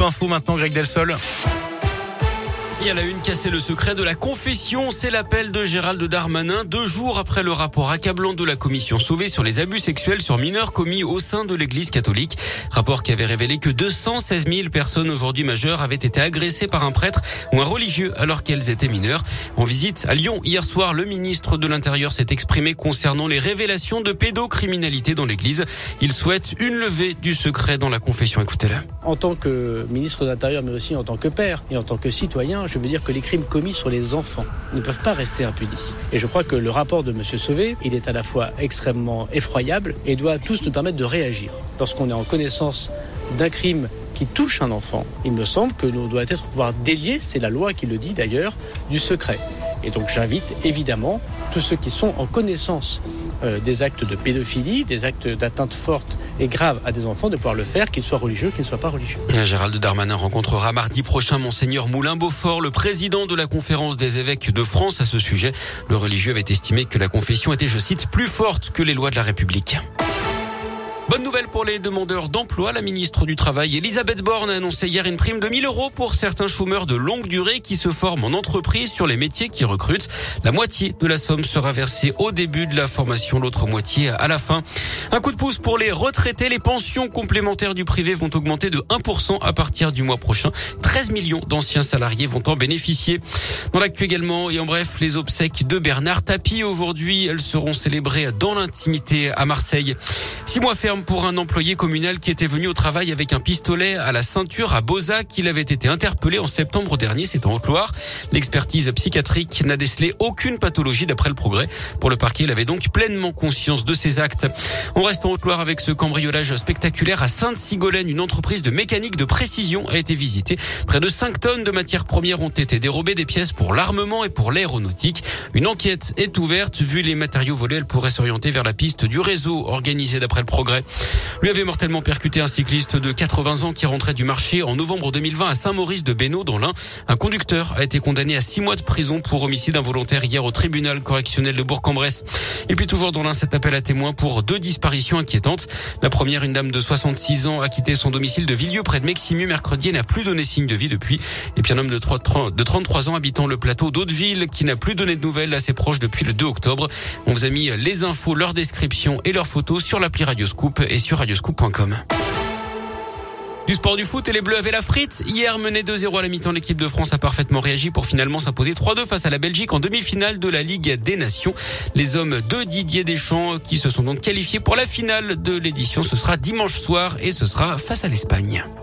Info maintenant, Greg Delsol. Et à la une, casser le secret de la confession, c'est l'appel de Gérald Darmanin 2 jours après le rapport accablant de la commission Sauvé sur les abus sexuels sur mineurs commis au sein de l'église catholique. Rapport qui avait révélé que 216 000 personnes aujourd'hui majeures avaient été agressées par un prêtre ou un religieux alors qu'elles étaient mineures. En visite à Lyon hier soir, le ministre de l'Intérieur s'est exprimé concernant les révélations de pédocriminalité dans l'église. Il souhaite une levée du secret dans la confession. Écoutez-le. En tant que ministre de l'Intérieur, mais aussi en tant que père et en tant que citoyen, je veux dire que les crimes commis sur les enfants ne peuvent pas rester impunis. Et je crois que le rapport de M. Sauvé, il est à la fois extrêmement effroyable et doit tous nous permettre de réagir. Lorsqu'on est en connaissance d'un crime qui touche un enfant, il me semble que nous doit être pouvoir délier, c'est la loi qui le dit d'ailleurs, du secret. Et donc j'invite évidemment tous ceux qui sont en connaissance des actes de pédophilie, des actes d'atteinte forte et grave à des enfants, de pouvoir le faire, qu'ils soient religieux, qu'ils ne soient pas religieux. Gérald Darmanin rencontrera mardi prochain Monseigneur Moulin-Beaufort, le président de la conférence des évêques de France à ce sujet. Le religieux avait estimé que la confession était, je cite, plus forte que les lois de la République. Bonne nouvelle pour les demandeurs d'emploi. La ministre du Travail, Elisabeth Borne, a annoncé hier une prime de 1 000 € pour certains chômeurs de longue durée qui se forment en entreprise sur les métiers qui recrutent. La moitié de la somme sera versée au début de la formation, l'autre moitié à la fin. Un coup de pouce pour les retraités. Les pensions complémentaires du privé vont augmenter de 1% à partir du mois prochain. 13 millions d'anciens salariés vont en bénéficier. Dans l'actu également, et en bref, les obsèques de Bernard Tapie. Aujourd'hui, elles seront célébrées dans l'intimité à Marseille. 6 mois ferme pour un employé communal qui était venu au travail avec un pistolet à la ceinture à Beauzac. Il avait été interpellé en septembre dernier, c'est en Haute-Loire. L'expertise psychiatrique n'a décelé aucune pathologie d'après le Progrès. Pour le parquet, il avait donc pleinement conscience de ses actes. On reste en Haute-Loire avec ce cambriolage spectaculaire à Sainte-Sigolène. Une entreprise de mécanique de précision a été visitée. Près de 5 tonnes de matières premières ont été dérobées, des pièces pour l'armement et pour l'aéronautique. Une enquête est ouverte. Vu les matériaux volés, elle pourrait s'orienter vers la piste du réseau organisé d'après le Progrès. Lui avait mortellement percuté un cycliste de 80 ans qui rentrait du marché en novembre 2020 à Saint-Maurice-de-Bénaud dans l'Ain. Un conducteur a été condamné à 6 mois de prison pour homicide involontaire hier au tribunal correctionnel de Bourg-en-Bresse. Et puis toujours dans l'Ain, cet appel à témoins pour 2 disparitions inquiétantes. La première, une dame de 66 ans a quitté son domicile de Villieu près de Meximieux mercredi et n'a plus donné signe de vie depuis. Et puis un homme de 33 ans habitant le plateau d'Hauteville qui n'a plus donné de nouvelles à ses proches depuis le 2 octobre. On vous a mis les infos, leurs descriptions et leurs photos sur l'appli Radioscoop et sur radioscoop.com. Du sport, du foot, et les Bleus avaient la frite. Hier, mené 2-0 à la mi-temps, l'équipe de France a parfaitement réagi pour finalement s'imposer 3-2 face à la Belgique en demi-finale de la Ligue des Nations. Les hommes de Didier Deschamps qui se sont donc qualifiés pour la finale de l'édition. Ce sera dimanche soir et ce sera face à l'Espagne.